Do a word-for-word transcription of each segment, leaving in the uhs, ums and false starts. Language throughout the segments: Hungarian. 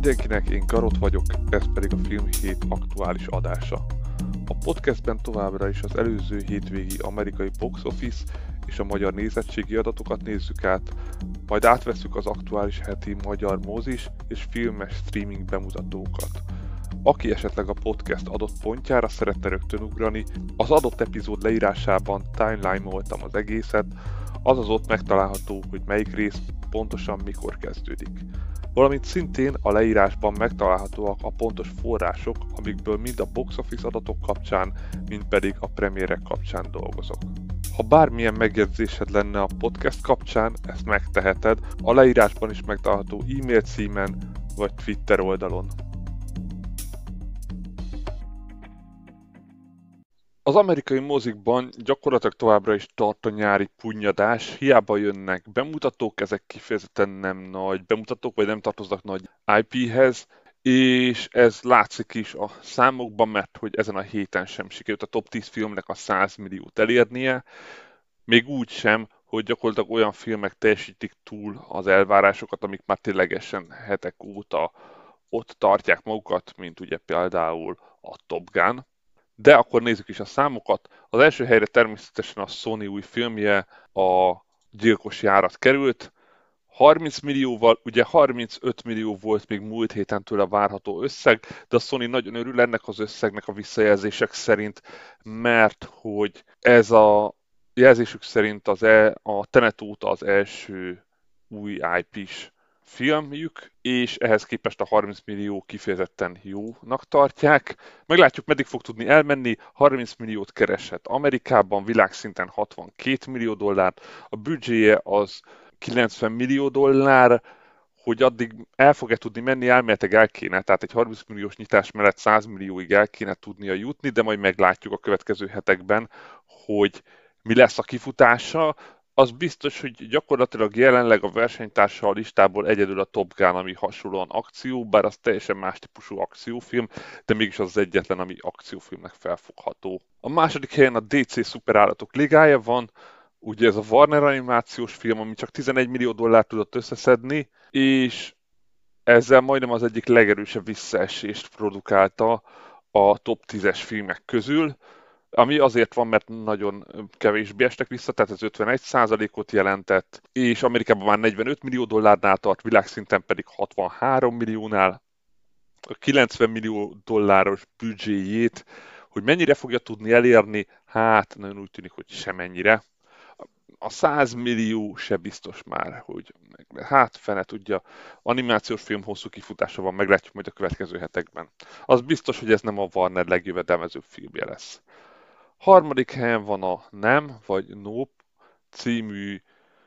mindenkinek, én Garot vagyok, ez pedig a Filmhét aktuális adása. A podcastben továbbra is az előző hétvégi amerikai box office és a magyar nézettségi adatokat nézzük át, majd átvesszük az aktuális heti magyar mozis és filmes streaming bemutatókat. Aki esetleg a podcast adott pontjára szeretne rögtön ugrani, az adott epizód leírásában timeline-oltam az egészet, azaz ott megtalálható, hogy melyik rész pontosan mikor kezdődik. Valamint szintén a leírásban megtalálhatóak a pontos források, amikből mind a box office adatok kapcsán, mind pedig a premierek kapcsán dolgozok. Ha bármilyen megjegyzésed lenne a podcast kapcsán, ezt megteheted, a leírásban is megtalálható e-mail címen vagy Twitter oldalon. Az amerikai mozikban gyakorlatilag továbbra is tart a nyári punnyadás, hiába jönnek bemutatók, ezek kifejezetten nem nagy bemutatók, vagy nem tartoznak nagy i pé-hez, és ez látszik is a számokban, mert hogy ezen a héten sem sikerült a top tíz filmnek a száz milliót elérnie, még úgy sem, hogy gyakorlatilag olyan filmek teljesítik túl az elvárásokat, amik már ténylegesen hetek óta ott tartják magukat, mint ugye például a Top Gun. De akkor nézzük is a számokat. Az első helyre természetesen a Sony új filmje, a Gyilkos járat került. harminc millióval, ugye harmincöt millió volt még múlt héten tőle várható összeg, de a Sony nagyon örül ennek az összegnek a visszajelzések szerint, mert hogy ez a jelzésük szerint az e, a Tenet óta az első új i pé-s filmjük, és ehhez képest a harminc millió kifejezetten jónak tartják. Meglátjuk, meddig fog tudni elmenni, harminc milliót keresett Amerikában, világszinten hatvankét millió dollárt, a büdzséje az kilencven millió dollár, hogy addig el fog-e tudni menni, elméletileg el kéne, tehát egy harminc milliós nyitás mellett száz millióig el kéne tudnia jutni, de majd meglátjuk a következő hetekben, hogy mi lesz a kifutása. Az biztos, hogy gyakorlatilag jelenleg a versenytársa a listából egyedül a Top Gun, ami hasonlóan akció, bár az teljesen más típusú akciófilm, de mégis az, az egyetlen, ami akciófilmnek felfogható. A második helyen a dé cé Szuperállatok ligája van, ugye ez a Warner animációs film, ami csak tizenegy millió dollárt tudott összeszedni, és ezzel majdnem az egyik legerősebb visszaesést produkálta a top tízes filmek közül, ami azért van, mert nagyon kevésbé estek vissza, tehát ez ötvenegy százalékot jelentett, és Amerikában már negyvenöt millió dollárnál tart, világszinten pedig hatvanhárom milliónál. A kilencven millió dolláros büdzséjét, hogy mennyire fogja tudni elérni, hát nagyon úgy tűnik, hogy semennyire. A száz millió se biztos már, hogy hát fene tudja, animációs film hosszú kifutása van, meglátjuk majd a következő hetekben. Az biztos, hogy ez nem a Warner legjövedelmezőbb filmje lesz. Harmadik helyen van a Nem, vagy Nope című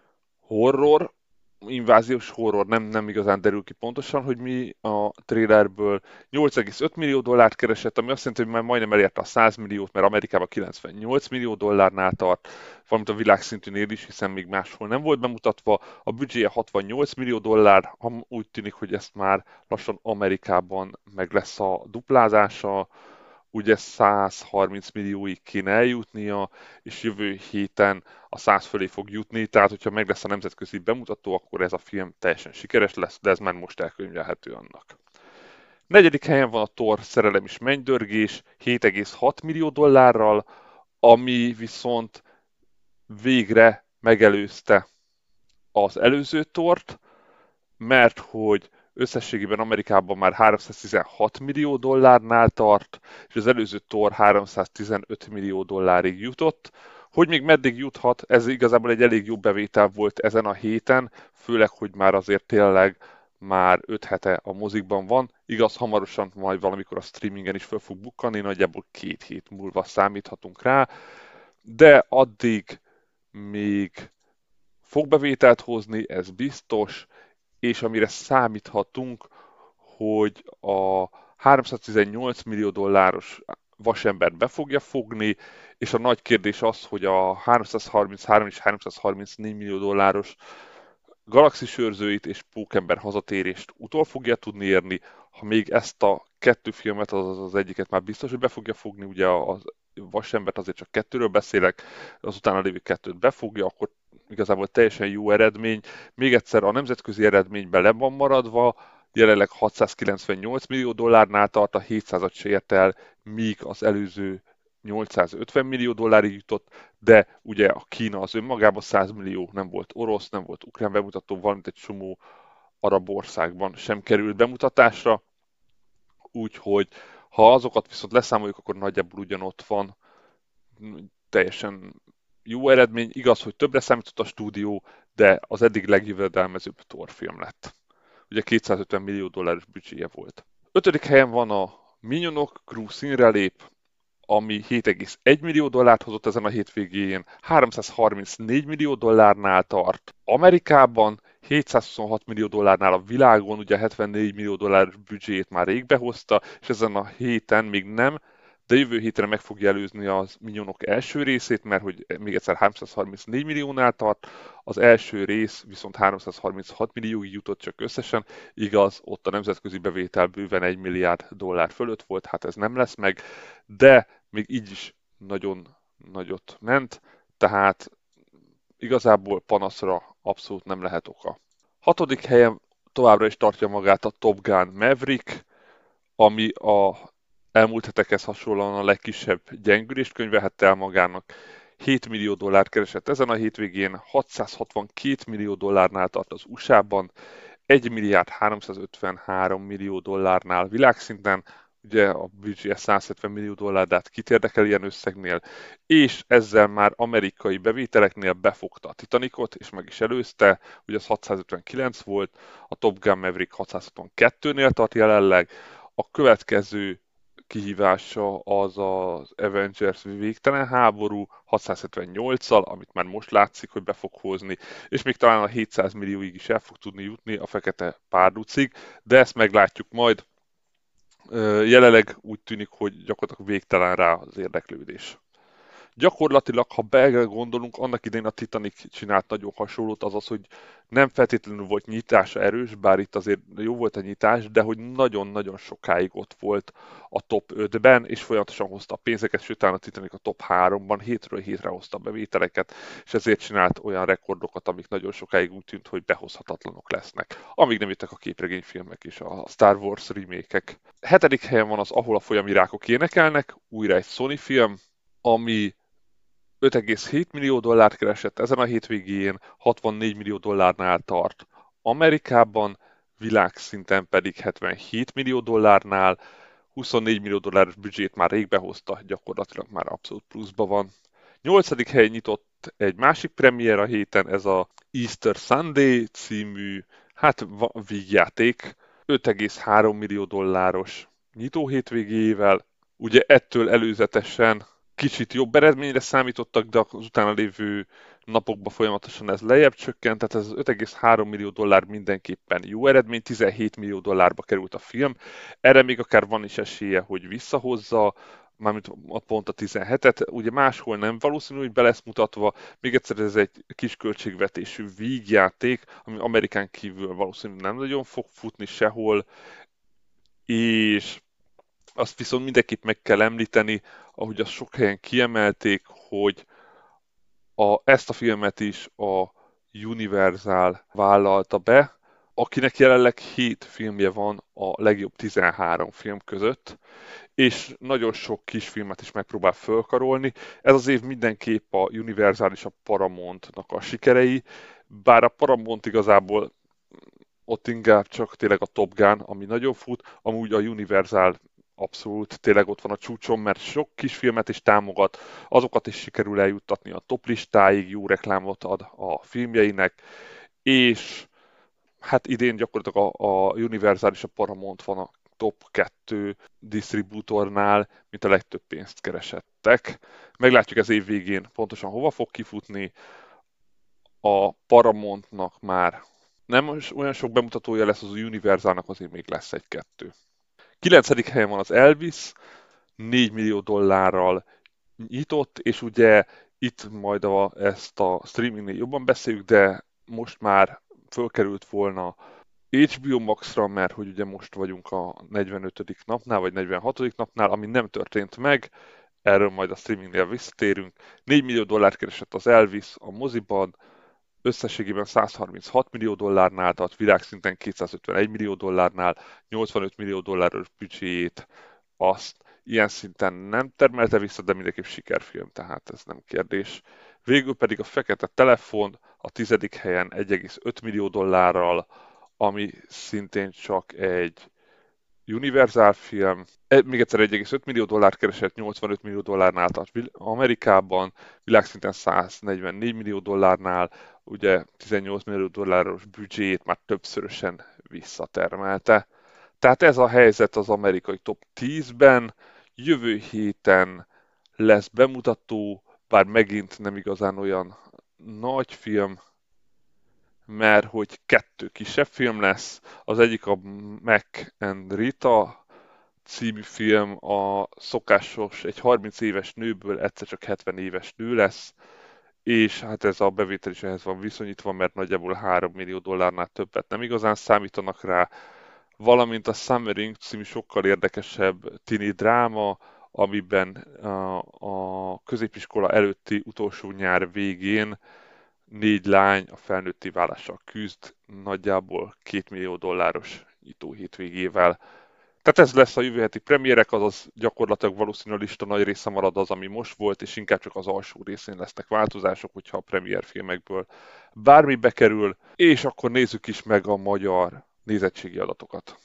horror, inváziós horror, nem, nem igazán derül ki pontosan, hogy mi a trailerből. nyolc egész öt millió dollárt keresett, ami azt jelenti, hogy már majdnem elérte a száz milliót, mert Amerikában kilencvennyolc millió dollárnál tart, valamint a világszintűnél is, hiszen még máshol nem volt bemutatva. A büdzséje hatvannyolc millió dollár, úgy tűnik, hogy ezt már lassan Amerikában meg lesz a duplázása, ugye száz harminc millióig kéne eljutnia, és jövő héten a száz fölé fog jutni, tehát hogyha meg lesz a nemzetközi bemutató, akkor ez a film teljesen sikeres lesz, de ez már most elkönyvelhető annak. Negyedik helyen van a Thor Szerelem és Mennydörgés hét egész hat millió dollárral, ami viszont végre megelőzte az előző Thort, mert hogy összességében Amerikában már háromszáztizenhat millió dollárnál tart, és az előző Thor háromszáztizenöt millió dollárig jutott. Hogy még meddig juthat, ez igazából egy elég jó bevétel volt ezen a héten, főleg, hogy már azért tényleg már öt hete a mozikban van. Igaz, hamarosan majd valamikor a streamingen is fel fog bukkani, nagyjából két hét múlva számíthatunk rá, de addig még fog bevételt hozni, ez biztos, és amire számíthatunk, hogy a háromszáztizennyolc millió dolláros Vasembert be fogja fogni, és a nagy kérdés az, hogy a háromszázharminchárom és háromszázharmincnégy millió dolláros Galaxis őrzőit és Pókember hazatérést utol fogja tudni érni. Ha még ezt a kettő filmet, az az egyiket már biztos, hogy be fogja fogni, ugye a Vasembert azért csak kettőről beszélek, az utána lévő kettőt befogja, akkor igazából teljesen jó eredmény. Még egyszer a nemzetközi eredményben le van maradva, jelenleg hatszázkilencvennyolc millió dollárnál tart, a hétszázat se ért el, míg az előző nyolcszázötven millió dollárig jutott, de ugye a Kína az önmagában száz millió, nem volt orosz, nem volt ukrán bemutató, valamint egy csomó arab országban sem került bemutatásra, úgyhogy ha azokat viszont leszámoljuk, akkor nagyjából ugyanott van, teljesen jó eredmény. Igaz, hogy többre számított a stúdió, de az eddig legjövedelmezőbb Thor film lett. Ugye kétszázötven millió dolláros büdzséje volt. Ötödik helyen van a Minionok, Gru színre lép, ami hét egész egy millió dollárt hozott ezen a hétvégén, háromszázharmincnégy millió dollárnál tart. Amerikában hétszázhuszonhat millió dollárnál a világon, ugye hetvennégy millió dolláros büdzséjét már rég behozta, és ezen a héten még nem, de jövő hétre meg fogja előzni az Minionok első részét, mert hogy még egyszer háromszázharmincnégy milliónál tart, az első rész viszont háromszázharminchat millióig jutott csak összesen, igaz, ott a nemzetközi bevétel bőven egy milliárd dollár fölött volt, hát ez nem lesz meg, de még így is nagyon nagyot ment, tehát igazából panaszra abszolút nem lehet oka. Hatodik helyen továbbra is tartja magát a Top Gun Maverick, ami a elmúlt hetekhez hasonlóan a legkisebb gyengülést könyvelhette el magának. hét millió dollárt keresett ezen a hétvégén, hatszázhatvankét millió dollárnál tart az u es á-ban, egy milliárd háromszázötvenhárom millió dollárnál világszinten, ugye a büdzséje százhetven millió dollár, de hát kit érdekel ilyen összegnél, és ezzel már amerikai bevételeknél befogta a Titanicot, és meg is előzte, ugye az hatszázötvenkilenc volt, a Top Gun Maverick hatszázhatvankettőnél tart jelenleg, a következő kihívása az az Avengers végtelen háború hatszázhetvennyolccal, amit már most látszik, hogy be fog hozni, és még talán a hétszáz millióig is el fog tudni jutni a fekete párducig, de ezt meglátjuk majd. Jelenleg úgy tűnik, hogy gyakorlatilag végtelen rá az érdeklődés. Gyakorlatilag, ha belegondolunk, annak idején a Titanic csinált nagyon hasonlót, azaz, hogy nem feltétlenül volt nyitása erős, bár itt azért jó volt a nyitás, de hogy nagyon-nagyon sokáig ott volt a top ötben, és folyamatosan hozta a pénzeket, sőt, a Titanic a top háromban hétről hétre hozta a bevételeket, és ezért csinált olyan rekordokat, amik nagyon sokáig úgy tűnt, hogy behozhatatlanok lesznek. Amíg nem jöttek a képregényfilmek és a Star Wars remake-ek. Hetedik helyen van az Ahol a folyamirákok énekelnek, újra egy Sony film, ami öt egész hét millió dollárt keresett ezen a hétvégén, hatvannégy millió dollárnál tart Amerikában, világszinten pedig hetvenhét millió dollárnál, huszonnégy millió dolláros büdzsét már rég behozta, gyakorlatilag már abszolút pluszban van. Nyolcadik helyen nyitott egy másik premier a héten, ez a Easter Sunday című, hát vígjáték, öt egész három millió dolláros nyitó hétvégével. Ugye ettől előzetesen kicsit jobb eredményre számítottak, de az utána lévő napokban folyamatosan ez lejjebb csökkent, tehát ez az öt egész három millió dollár mindenképpen jó eredmény, tizenhét millió dollárba került a film. Erre még akár van is esélye, hogy visszahozza, mármint pont a tizenhetet, ugye máshol nem valószínű, hogy be lesz mutatva, még egyszer ez egy kis költségvetésű vígjáték, ami Amerikán kívül valószínűleg nem nagyon fog futni sehol, és azt viszont mindenképp meg kell említeni, ahogy azt sok helyen kiemelték, hogy a, ezt a filmet is a Universal vállalta be, akinek jelenleg hét filmje van a legjobb tizenhárom film között, és nagyon sok kisfilmet is megpróbál fölkarolni. Ez az év mindenképp a Universal és a Paramountnak a sikerei, bár a Paramount igazából ott inkább csak tényleg a Top Gun, ami nagyon fut, amúgy a Universal abszolút tényleg ott van a csúcson, mert sok kisfilmet is támogat, azokat is sikerül eljuttatni a top listáig, jó reklámot ad a filmjeinek, és hát idén gyakorlatilag a, a Universal és a Paramount van a top kettő disztribútornál, mint a legtöbb pénzt keresettek. Meglátjuk ez év végén pontosan hova fog kifutni. A Paramountnak már nem olyan sok bemutatója lesz, az Universalnak azért még lesz egy-kettő. Kilencedik helyen van az Elvis, négy millió dollárral nyitott, és ugye itt majd a, ezt a streamingnél jobban beszéljük, de most már fölkerült volna há bé o Maxra, mert hogy ugye most vagyunk a negyvenötödik napnál, vagy negyvenhatodik napnál, ami nem történt meg, erről majd a streamingnél visszatérünk. négy millió dollárt keresett az Elvis a moziban, összességében százharminchat millió dollárnál tart, világszinten kétszázötvenegy millió dollárnál, nyolcvanöt millió dolláros büdzséjét azt ilyen szinten nem termelte vissza, de mindenképp sikerfilm, tehát ez nem kérdés. Végül pedig a Fekete Telefon a tizedik helyen egy egész öt millió dollárral, ami szintén csak egy Universal film. E- Még egyszer egy egész öt millió dollárt keresett, nyolcvanöt millió dollárnál tart Vil- Amerikában, világszinten száznegyvennégy millió dollárnál, ugye tizennyolc millió dolláros büdzséjét már többszörösen visszatermelte. Tehát ez a helyzet az amerikai top tízben. Jövő héten lesz bemutató, bár megint nem igazán olyan nagy film, mert hogy kettő kisebb film lesz. Az egyik a Mac and Rita című film, a szokásos, egy harminc éves nőből egyszer csak hetven éves nő lesz, és hát ez a bevétel is ehhez van viszonyítva, mert nagyjából három millió dollárnál többet nem igazán számítanak rá, valamint a Summering című sokkal érdekesebb tini dráma, amiben a, a középiskola előtti utolsó nyár végén négy lány a felnőtté válással küzd, nagyjából két millió dolláros nyitó hétvégével. Tehát ez lesz a jövő heti premierek, azaz gyakorlatilag valószínűleg a lista nagy része marad az, ami most volt, és inkább csak az alsó részén lesznek változások, hogyha a premier filmekből bármi bekerül, és akkor nézzük is meg a magyar nézettségi adatokat.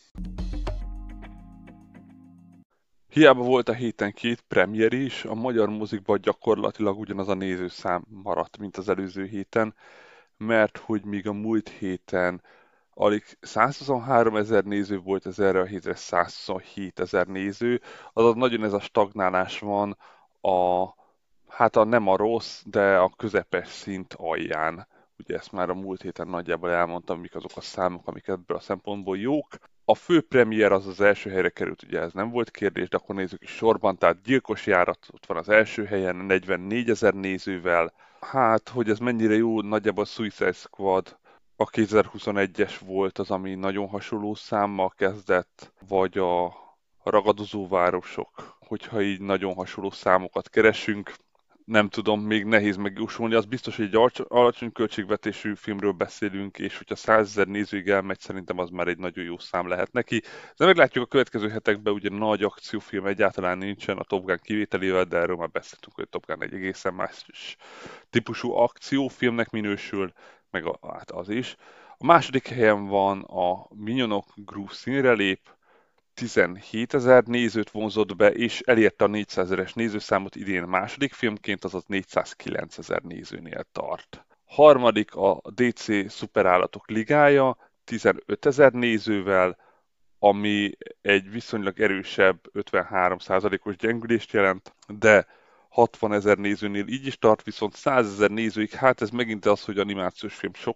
Hiába volt a héten két premier is, a magyar mozikban gyakorlatilag ugyanaz a nézőszám maradt, mint az előző héten, mert hogy míg a múlt héten alig százhuszonhárom ezer néző volt, ez erre a hétre százhuszonhét ezer néző, azaz nagyon ez a stagnálás van a, hát a nem a rossz, de a közepes szint alján. Ugye ezt már a múlt héten nagyjából elmondtam, mik azok a számok, amik ebből a szempontból jók. A fő premier az az első helyre került, ugye ez nem volt kérdés, de akkor nézzük is sorban, tehát Gyilkos járat ott van az első helyen, negyvennégy ezer nézővel. Hát, hogy ez mennyire jó, nagyjából a Suicide Squad a kétezer-huszonegyes volt az, ami nagyon hasonló számmal kezdett, vagy a ragadozó városok, hogyha így nagyon hasonló számokat keresünk. Nem tudom, még nehéz megjósolni. Az biztos, hogy egy alacsony költségvetésű filmről beszélünk, és hogyha százezer nézőig elmegy, szerintem az már egy nagyon jó szám lehet neki. De meglátjuk a következő hetekben, ugye nagy akciófilm egyáltalán nincsen, a Top Gun kivételével, de erről már beszéltünk, hogy a Top Gun egy egészen más típusú akciófilmnek minősül, meg a, hát az is. A második helyen van a Minyonok Gru színre lép, tizenhét ezer nézőt vonzott be, és elérte a négyszázezeres nézőszámot idén második filmként, azaz négyszázkilenc ezer nézőnél tart. Harmadik a dé cé Szuperállatok Ligája, tizenöt ezer nézővel, ami egy viszonylag erősebb ötvenhárom százalékos gyengülést jelent, de hatvan ezer nézőnél így is tart, viszont száz ezer nézőig, hát ez megint az, hogy animációs film sok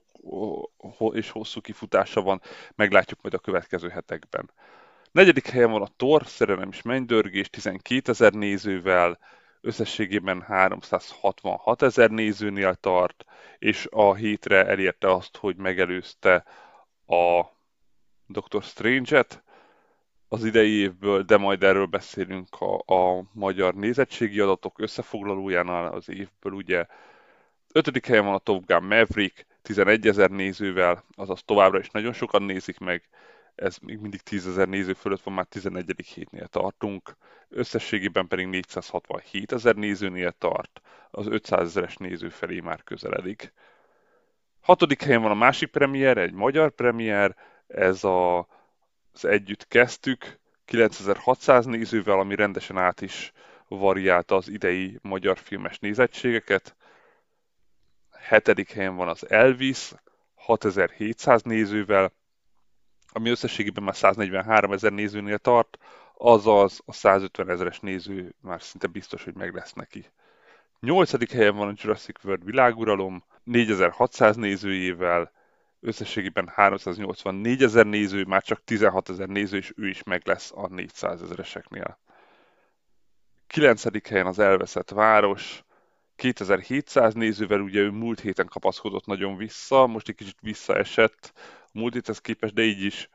és hosszú kifutása van, meglátjuk majd a következő hetekben. Negyedik helyen van a Thor, Szerelem és Mennydörgés, tizenkét ezer nézővel, összességében háromszázhatvanhat ezer nézőnél tart, és a hétre elérte azt, hogy megelőzte a Doctor Strange-et az idei évből, de majd erről beszélünk a, a magyar nézettségi adatok összefoglalójánál az évből, ugye. Ötödik helyen van a Top Gun Maverick, tizenegy ezer nézővel, azaz továbbra is nagyon sokan nézik meg, ez még mindig tízezer néző fölött van, már tizennegyedik hétnél tartunk, összességében pedig négyszázhatvanhét ezer nézőnél tart, az ötszázezeres néző felé már közeledik. Hatodik helyen van a másik premier, egy magyar premier, ez a, az Együtt kezdtük, kilencezer-hatszáz nézővel, ami rendesen át is variálta az idei magyar filmes nézettségeket. Hetedik helyen van az Elvis, hatezer-hétszáz nézővel, ami összességében már száznegyvenhárom ezer nézőnél tart, azaz a százötven ezeres néző már szinte biztos, hogy meg lesz neki. Nyolcadik helyen van a Jurassic World Világuralom, négyezer-hatszáz nézőjével, összességében háromszáznyolcvannégy ezer néző, már csak tizenhat ezer néző, és ő is meg lesz a négyszáz ezereseknél. Kilencedik helyen az Elveszett Város, kétezer-hétszáz nézővel, ugye ő múlt héten kapaszkodott nagyon vissza, most egy kicsit visszaesett a múlt héthez képest, de így is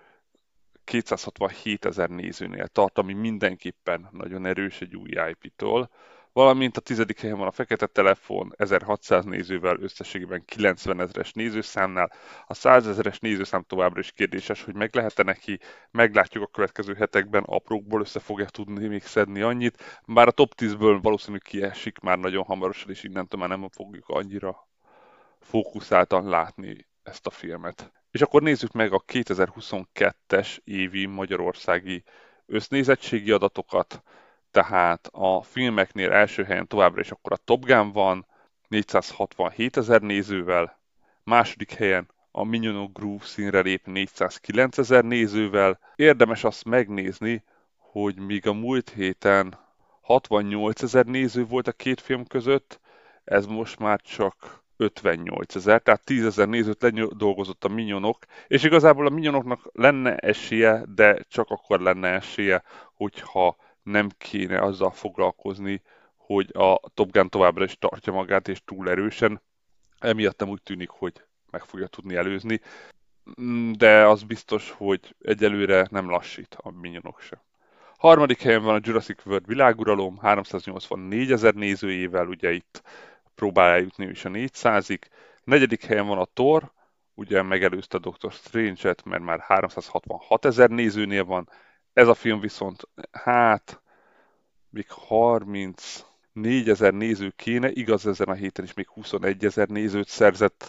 kétszázhatvanhét ezer nézőnél tart, ami mindenképpen nagyon erős egy új i pé-től. valamint a tizedik helyen van a Fekete Telefon ezerhatszáz nézővel, összességében kilencven ezres nézőszámnál. A száz ezres nézőszám továbbra is kérdéses, hogy meg lehet-e neki, meglátjuk a következő hetekben, aprókból össze fogja tudni még szedni annyit, bár a top tízből valószínű kiesik már nagyon hamarosan, és innentől már nem fogjuk annyira fókuszáltan látni ezt a filmet. És akkor nézzük meg a kétezer-huszonkettes évi magyarországi össznézettségi adatokat, tehát a filmeknél első helyen továbbra is akkor a Top Gun van, négyszázhatvanhét ezer nézővel, második helyen a Minyonok Groove színre lép négyszázkilenc ezer nézővel. Érdemes azt megnézni, hogy míg a múlt héten hatvannyolc ezer néző volt a két film között, ez most már csak ötvennyolc ezer, tehát tíz ezer nézőt ledolgozott a Minyonok, és igazából a Minyonoknak lenne esélye, de csak akkor lenne esélye, hogyha nem kéne azzal foglalkozni, hogy a Top Gun továbbra is tartja magát, és túl erősen. Emiatt nem úgy tűnik, hogy meg fogja tudni előzni, de az biztos, hogy egyelőre nem lassít a Minyonok se. Harmadik helyen van a Jurassic World világuralom, háromszáznyolcvannégy ezer nézőjével, ugye itt próbál eljutni is a négyszázig. Negyedik helyen van a Thor, ugye megelőzte a Doctor Strange-et, mert már háromszázhatvanhat ezer nézőnél van. Ez a film viszont, hát, még harmincnégy ezer néző kéne, igaz ezen a héten is még huszonegy ezer nézőt szerzett.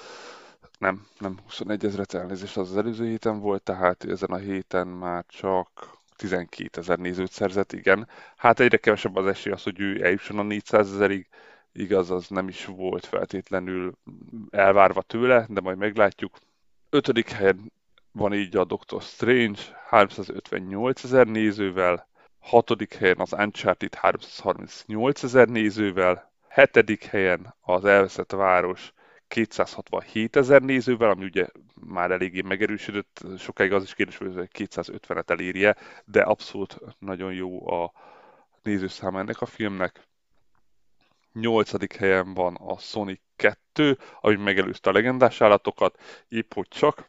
Nem, nem huszonegy ezret, elnézést, az az előző héten volt, tehát ezen a héten már csak tizenkét ezer nézőt szerzett, igen. Hát egyre kevesebb az esély az, hogy ő eljusson a négyszáz ezerig, igaz, az nem is volt feltétlenül elvárva tőle, de majd meglátjuk. Ötödik helyen van így a Doctor Strange, háromszázötvennyolc ezer nézővel, hatodik helyen az Uncharted háromszázharmincnyolc ezer nézővel, hetedik helyen az Elveszett Város kétszázhatvanhét ezer nézővel, ami ugye már eléggé megerősödött, sokáig az is kérdés, hogy kétszázötvenet elérje, de abszolút nagyon jó a nézőszáma ennek a filmnek. Nyolcadik helyen van a Sonic kettő, ami megelőzte a legendás állatokat, épp hogy csak,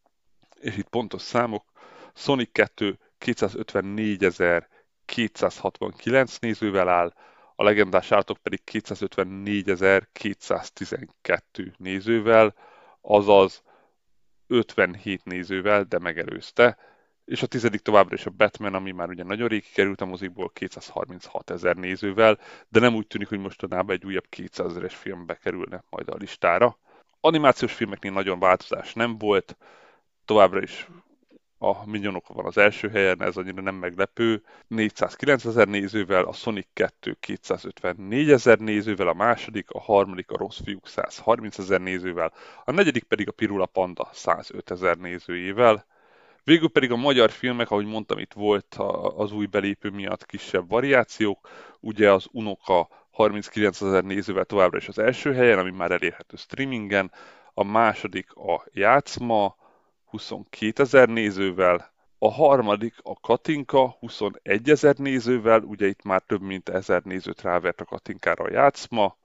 és itt pontos számok, Sonic kettő kétszázötvennégy ezer kétszázhatvankilenc nézővel áll, a legendás állatok pedig kétszázötvennégy ezer kétszáztizenkettő nézővel, azaz ötvenhét nézővel, de megelőzte. És a tizedik továbbra is a Batman, ami már ugye nagyon rég került a mozikból kétszázharminchat ezer nézővel, de nem úgy tűnik, hogy mostanában egy újabb kétszáz ezeres film bekerülne majd a listára. Animációs filmeknél nagyon változás nem volt, továbbra is a Minyonok van az első helyen, ez annyira nem meglepő, négyszázkilenc ezer nézővel, a Sonic kettő kétszázötvennégy ezer nézővel, a második, a harmadik a Rossz fiúk százharminc ezer nézővel, a negyedik pedig a Pirula Panda százöt ezer nézőjével. Végül pedig a magyar filmek, ahogy mondtam, itt volt az új belépő miatt kisebb variációk, ugye az Unoka harminckilenc ezer nézővel továbbra is az első helyen, ami már elérhető streamingen, a második a Játszma, huszonkét ezer nézővel, a harmadik a Katinka huszonegy ezer nézővel, ugye itt már több mint ezer nézőt rávert a Katinkára a Játszma,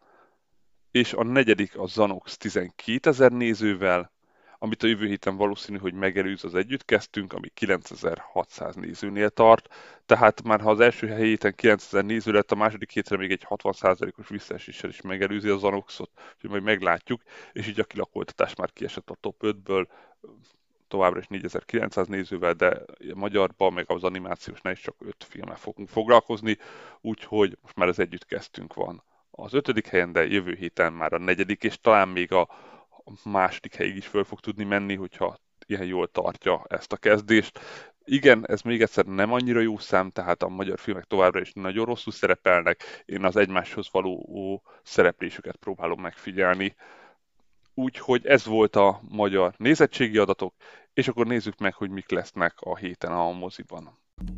és a negyedik a Zanox tizenkét ezer nézővel, amit a jövő héten valószínű, hogy megelőz az Együtt kezdtünk, ami kilencezer-hatszáz nézőnél tart, tehát már ha az első héten kilencezer néző lett, a második hétre még egy hatvan százalékos visszaeséssel is megelőzi a Zanoxot, úgyhogy majd meglátjuk, és így a kilakoltatás már kiesett a top ötből, továbbra is négyezer-kilencszáz nézővel, de a magyarban, meg az animációsnál is csak öt filmmel fogunk foglalkozni, úgyhogy most már az Együtt kezdtünk van az ötödik helyen, de jövő héten már a negyedik, és talán még a második helyig is föl fog tudni menni, hogyha ilyen jól tartja ezt a kezdést. Igen, ez még egyszer nem annyira jó szám, tehát a magyar filmek továbbra is nagyon rosszul szerepelnek, én az egymáshoz való szereplésüket próbálom megfigyelni. Úgyhogy ez volt a magyar nézettségi adatok, és akkor nézzük meg, hogy mik lesznek a héten a moziban.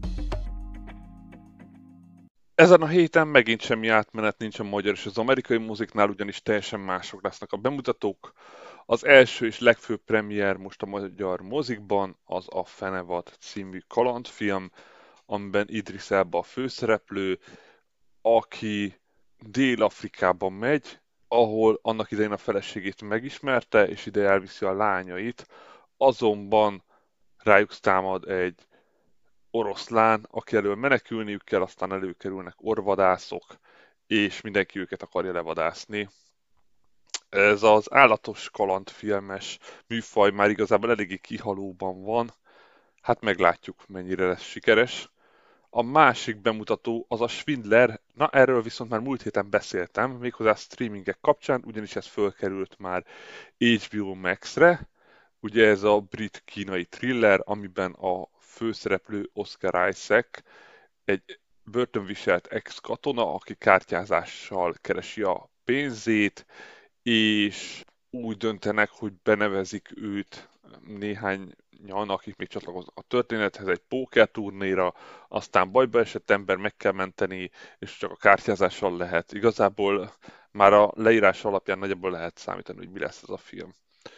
Ezen a héten megint semmi átmenet nincs a magyar és az amerikai moziknál, ugyanis teljesen mások lesznek a bemutatók. Az első és legfőbb premier most a magyar mozikban az a Fenevad című kalandfilm, amiben Idris Elba a főszereplő, aki Dél-Afrikában megy, ahol annak idején a feleségét megismerte, és ide elviszi a lányait, azonban rájuk támad egy oroszlán, aki elől menekülniük kell, aztán előkerülnek orvadászok, és mindenki őket akarja levadászni. Ez az állatos kalandfilmes műfaj már igazából eléggé kihalóban van, hát meglátjuk, mennyire lesz sikeres. A másik bemutató az a Schwindler, na erről viszont már múlt héten beszéltem, méghozzá streamingek kapcsán, ugyanis ez fölkerült már há bé o Max-re. Ugye ez a brit-kínai thriller, amiben a főszereplő Oscar Isaac egy börtönviselt ex-katona, aki kártyázással keresi a pénzét, és úgy döntenek, hogy benevezik őt néhányan, akik még csatlakoznak a történethez, egy pókerturnéra, aztán bajba esett ember meg kell menteni, és csak a kártyázással lehet. Igazából már a leírás alapján nagyjából lehet számítani, hogy mi lesz ez a film.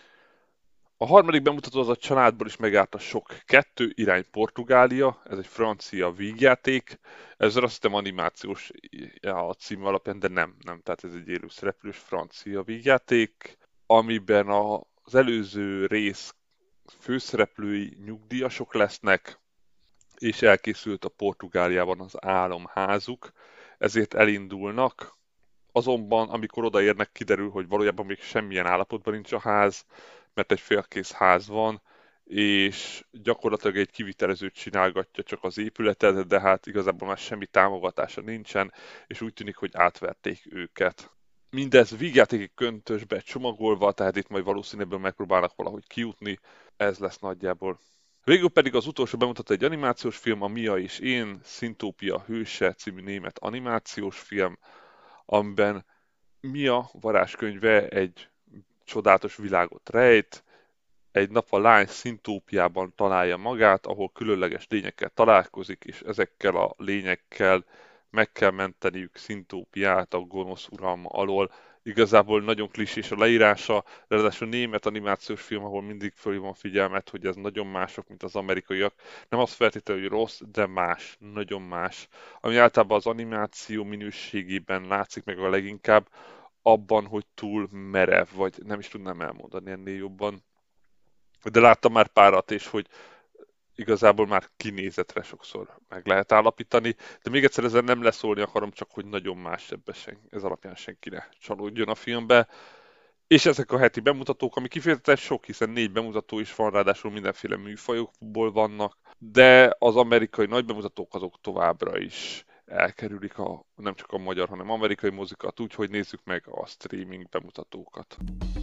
A harmadik bemutató az a családból is megállt a sok kettő, irány Portugália, ez egy francia vígjáték, ez azt hiszem animációs a cím alapján, de nem, nem, tehát ez egy élő szereplős francia vígjáték, amiben az előző rész főszereplői nyugdíjasok lesznek, és elkészült a Portugáliában az álomházuk, ezért elindulnak, azonban amikor odaérnek, kiderül, hogy valójában még semmilyen állapotban nincs a ház, mert egy félkész ház van, és gyakorlatilag egy kivitelezőt csinálgatja csak az épületet, de hát igazából már semmi támogatása nincsen, és úgy tűnik, hogy átverték őket. Mindez vígjátéki köntösbe csomagolva, tehát itt majd valószínűleg megpróbálnak valahogy kijutni, ez lesz nagyjából. Végül pedig az utolsó bemutatott egy animációs film, a Mia és én, Szintópia hőse című német animációs film, amiben Mia varázskönyve egy csodálatos világot rejt, egy nap a lány Szintópiában találja magát, ahol különleges lényekkel találkozik, és ezekkel a lényekkel meg kell menteniük Szintópiát a gonosz uralma alól. Igazából nagyon klisés a leírása, ráadásul német animációs film, ahol mindig fölhívom figyelmet, hogy ez nagyon mások, mint az amerikaiak. Nem az feltétlenül, hogy rossz, de más, nagyon más. Ami általában az animáció minőségében látszik meg a leginkább, abban, hogy túl merev, vagy nem is tudnám elmondani ennél jobban. De láttam már párat, és hogy igazából már kinézetre sokszor meg lehet állapítani, de még egyszer ezzel nem leszólni akarom, csak hogy nagyon más ebbe sen, ez alapján senki ne csalódjon a filmbe. És ezek a heti bemutatók, ami kifejezetten sok, hiszen négy bemutató is van, ráadásul mindenféle műfajokból vannak, de az amerikai nagy bemutatók azok továbbra is elkerülik a, nem csak a magyar, hanem amerikai mozikat, úgyhogy nézzük meg a streaming bemutatókat.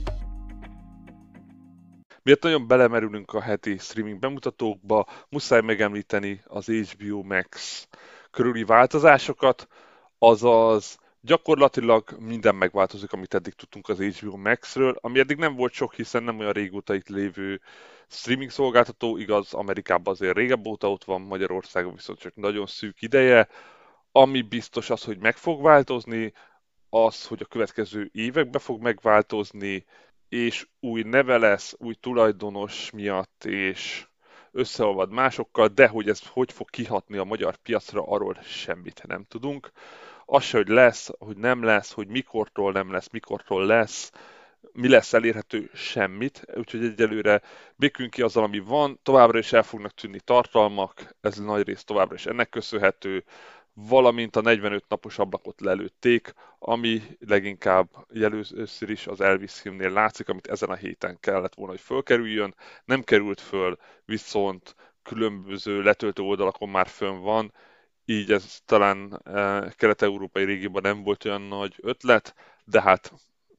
Miért nagyon belemerülünk a heti streaming bemutatókba, muszáj megemlíteni az há bé o Max körüli változásokat, azaz gyakorlatilag minden megváltozik, amit eddig tudtunk az há bé o Maxről, ami eddig nem volt sok, hiszen nem olyan régóta itt lévő streaming szolgáltató, igaz, Amerikában azért régebb óta ott van, Magyarországon viszont csak nagyon szűk ideje. Ami biztos az, hogy meg fog változni, az, hogy a következő években fog megváltozni, és új neve lesz, új tulajdonos miatt, és összeolvad másokkal, de hogy ez hogy fog kihatni a magyar piacra, arról semmit nem tudunk. Az se, hogy lesz, hogy nem lesz, hogy mikortól nem lesz, mikortól lesz, mi lesz elérhető, semmit, úgyhogy egyelőre békünk ki azzal, ami van, továbbra is el fognak tűnni tartalmak, ez nagy rész továbbra is ennek köszönhető, valamint a negyvenöt napos ablakot lelőtték, ami leginkább először is az Elvis filmnél látszik, amit ezen a héten kellett volna, hogy fölkerüljön, nem került föl, viszont különböző letöltő oldalakon már fönn van, így ez talán eh, kelet-európai régióban nem volt olyan nagy ötlet, de hát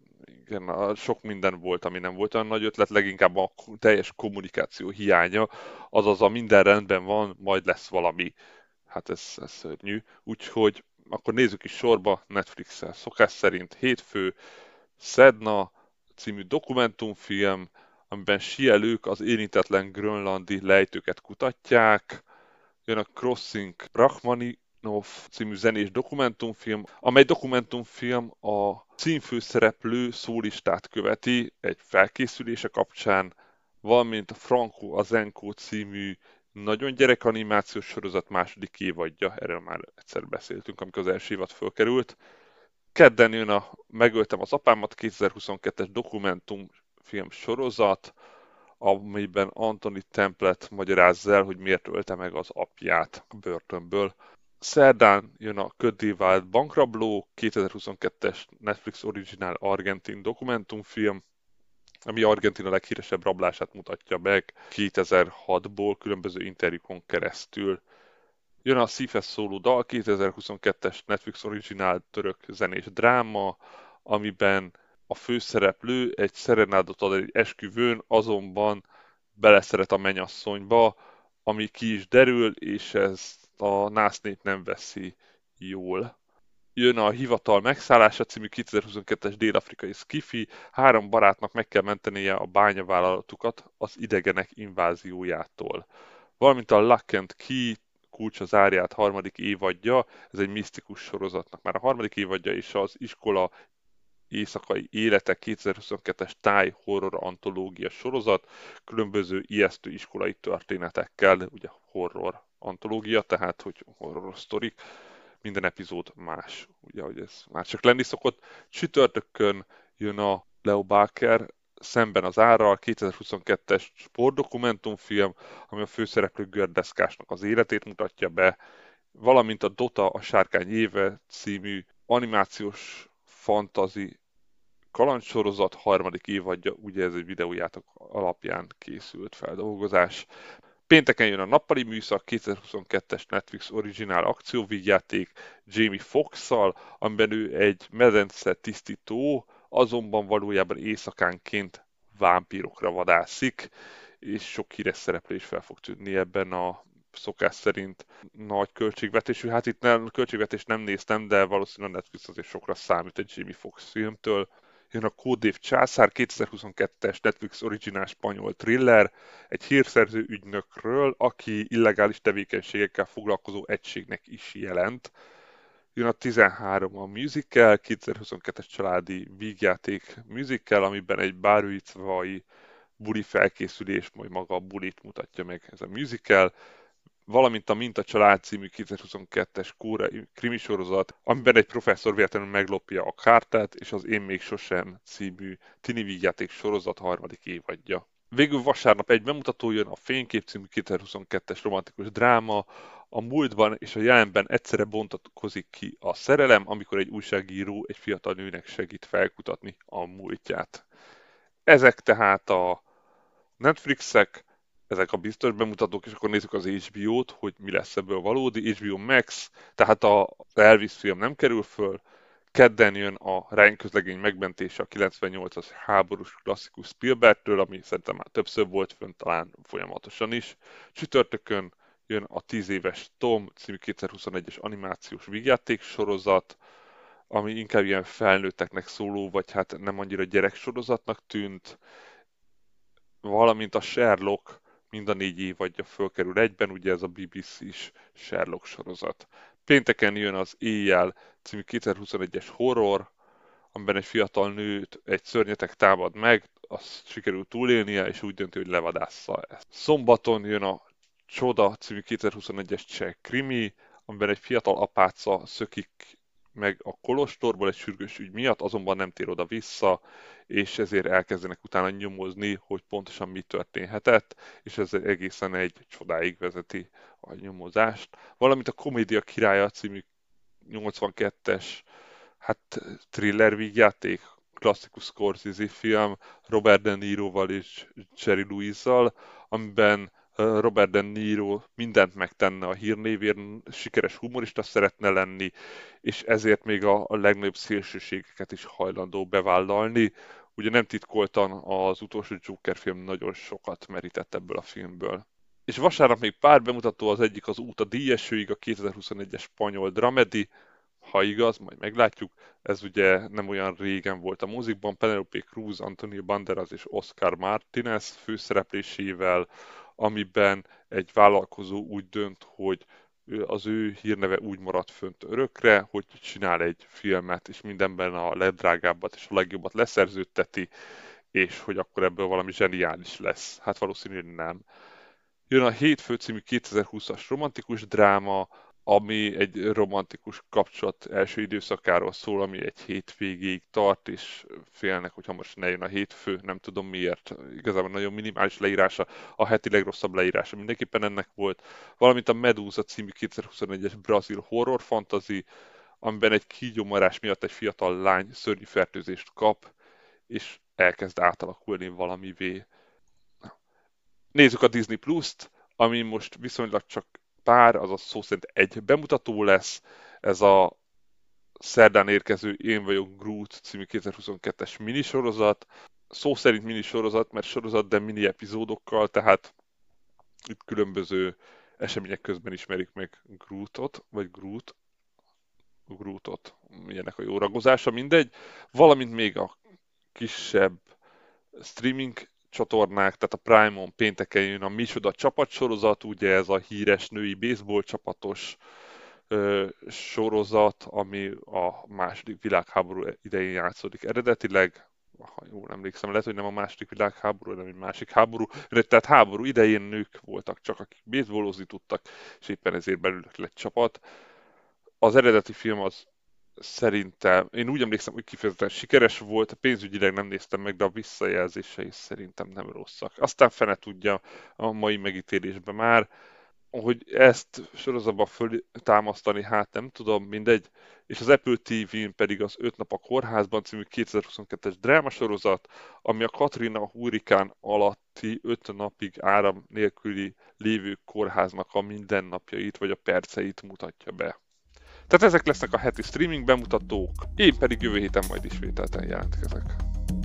igen, sok minden volt, ami nem volt olyan nagy ötlet, leginkább a teljes kommunikáció hiánya, azaz a minden rendben van, majd lesz valami. Hát ez, ez szörnyű. Úgyhogy akkor nézzük is sorba Netflix-el. Szokás szerint hétfő, Sedna című dokumentumfilm, amiben síelők az érintetlen grönlandi lejtőket kutatják. Jön a Crossing Rachmaninov című zenés dokumentumfilm, amely dokumentumfilm a címfőszereplő szólistát követi egy felkészülése kapcsán, valamint a Franco Azenko című nagyon gyerekanimációs sorozat második évadja, erről már egyszer beszéltünk, amikor az első évad fölkerült. Kedden jön a Megöltem az apámat kétezer-huszonkettes dokumentumfilm sorozat, amiben Anthony Templet magyarázza el, hogy miért ölte meg az apját a börtönből. Szerdán jön a köddé vált bankrabló, kétezer-huszonkettes Netflix originál argentin dokumentumfilm, ami Argentina leghíresebb rablását mutatja meg kétezer-hatból különböző interjúkon keresztül. Jön a Szívhez szóló dal, kétezer-huszonkettes Netflix originál török zenés dráma, amiben a főszereplő egy szerenádot ad egy esküvőn, azonban beleszeret a mennyasszonyba, ami ki is derül, és ez a násznép nem veszi jól. Jön a Hivatal megszállása című kétezer-huszonkettes dél-afrikai skifi, három barátnak meg kell mentenie a bányavállalatukat az idegenek inváziójától. Valamint a Lock and Key kulcs az árját harmadik évadja, ez egy misztikus sorozatnak már a harmadik évadja, és az iskola éjszakai élete kétezer-huszonkettes táj horror antológia sorozat, különböző ijesztő iskolai történetekkel, ugye horror antológia, tehát hogy horror sztorik, minden epizód más, ugye, hogy ez már csak lenni szokott. Csütörtökön jön a Leo Baker Szemben az árral, kétezer-huszonkettes sportdokumentumfilm, ami a főszereplő gördeszkásnak az életét mutatja be, valamint a Dota a sárkány éve című animációs fantasy kalandsorozat harmadik évadja, ugye ez egy videójátok alapján készült feldolgozás. Pénteken jön a nappali műszak, kétezer-huszonkettes Netflix originál akcióvígjáték Jamie Foxxal, amiben ő egy medence tisztító, azonban valójában éjszakánként vámpírokra vadászik, és sok híres szereplő is fel fog tűnni ebben a szokás szerint nagy költségvetésű. Hát itt nem, költségvetést nem néztem, de valószínűleg Netflix azért sokra számít egy Jamie Foxx filmtől. Jön a Kódév császár, kétezer-huszonkettes Netflix originál spanyol thriller, egy hírszerző ügynökről, aki illegális tevékenységekkel foglalkozó egységnek is jelent. Jön a tizenhárom a musical, kétezer-huszonkettes családi vígjáték musical, amiben egy bárvicvai buli felkészülés, majd maga a bulit mutatja meg ez a musical, valamint a Minta család című kétezer-huszonkettes kórai krimisorozat, amiben egy professzor véletlenül meglopja a kártát, és az Én még sosem című tini vígjáték sorozat harmadik évadja. Végül vasárnap egy bemutató jön, a Fénykép című kétezer-huszonkettes romantikus dráma, a múltban és a jelenben egyszerre bontakozik ki a szerelem, amikor egy újságíró egy fiatal nőnek segít felkutatni a múltját. Ezek tehát a Netflixek, ezek a biztos bemutatók, és akkor nézzük az há bé ó-t, hogy mi lesz ebből valódi. há bé ó Max, tehát az Elvis film nem kerül föl, kedden jön a Ryan közlegény megmentése, a kilencvennyolcas háborús klasszikus Spielbergtől, ami szerintem már többször volt fönn, talán folyamatosan is. Csütörtökön jön a tíz éves Tom című kétezer-huszonegyes animációs vígjáték sorozat, ami inkább ilyen felnőtteknek szóló, vagy hát nem annyira gyereksorozatnak tűnt, valamint a Sherlock mind a négy évadja fölkerül egyben, ugye ez a bé bé cés Sherlock sorozat. Pénteken jön az Éjjel című kétezer-huszonegyes horror, amiben egy fiatal nőt egy szörnyetek támad meg, azt sikerül túlélnie, és úgy dönti, hogy levadásza ezt. Szombaton jön a Csoda című kétezer-huszonegyes cseh krimi, amiben egy fiatal apáca szökik meg a kolostorból egy sürgős ügy miatt, azonban nem tér oda vissza, és ezért elkezdenek utána nyomozni, hogy pontosan mi történhetett, és ez egészen egy csodáig vezeti a nyomozást. Valamint a Komédia királya című nyolcvankettes hát thriller vígjáték, klasszikus Scorsese film Robert De Niroval és Jerry Lewis-zal, amiben Robert De Niro mindent megtenne a hírnévért, sikeres humorista szeretne lenni, és ezért még a, a legnagyobb szélsőségeket is hajlandó bevállalni. Ugye nem titkoltan az utolsó Joker film nagyon sokat merített ebből a filmből. És vasárnap még pár bemutató, az egyik az Út a díjesőig, a kétezer-huszonegyes spanyol dramedy, ha igaz, majd meglátjuk. Ez ugye nem olyan régen volt a mozikban, Penelope Cruz, Antonio Banderas és Oscar Martinez főszereplésével, amiben egy vállalkozó úgy dönt, hogy az ő hírneve úgy marad fönt örökre, hogy csinál egy filmet, és mindenben a legdrágábbat és a legjobbat leszerződteti, és hogy akkor ebből valami zseniális lesz. Hát valószínűleg nem. Jön a Hétfő című kétezer-húszas romantikus dráma, ami egy romantikus kapcsolat első időszakáról szól, ami egy hétvégéig tart, és félnek, hogy hamarosan ne jön a hétfő, nem tudom miért. Igazából nagyon minimális leírása, a heti legrosszabb leírása mindenképpen ennek volt. Valamint a Medusa című kétezer-huszonegyes brazil horror fantasy, amiben egy kígyómarás miatt egy fiatal lány szörnyű fertőzést kap, és elkezd átalakulni valamivé. Nézzük a Disney Plus-t, ami most viszonylag csak pár, azaz szó szerint egy bemutató lesz. Ez a szerdán érkező Én vagyok Groot című kétezer-huszonkettes minisorozat. Szó szerint minisorozat, mert sorozat, de mini epizódokkal, tehát itt különböző események közben ismerik meg Grootot, vagy Groot, Grootot, milyenek a jó ragozása, mindegy. Valamint még a kisebb streaming csatornák, tehát a Prime-on pénteken jön a Micsoda csapatsorozat, ugye ez a híres női baseball csapatos ö, sorozat, ami a második világháború idején játszódik eredetileg, ha jól emlékszem, lehet, hogy nem a második világháború, hanem egy másik háború, tehát háború idején nők voltak csak, akik baseballozni tudtak, és éppen ezért belőlük lett csapat. Az eredeti film az szerintem, én úgy emlékszem, hogy kifejezetten sikeres volt, pénzügyileg nem néztem meg, de a visszajelzései szerintem nem rosszak. Aztán fene tudja a mai megítélésben már, hogy ezt sorozatban föl támasztani, hát nem tudom, mindegy. És az Apple té vén pedig az Öt nap a kórházban című kétezer-huszonkettes drámasorozat, ami a Katrina hurrikán alatti öt napig áram nélküli lévő kórháznak a mindennapjait vagy a perceit mutatja be. Tehát ezek lesznek a heti streaming bemutatók, én pedig jövő héten majd ismételten jelentkezek.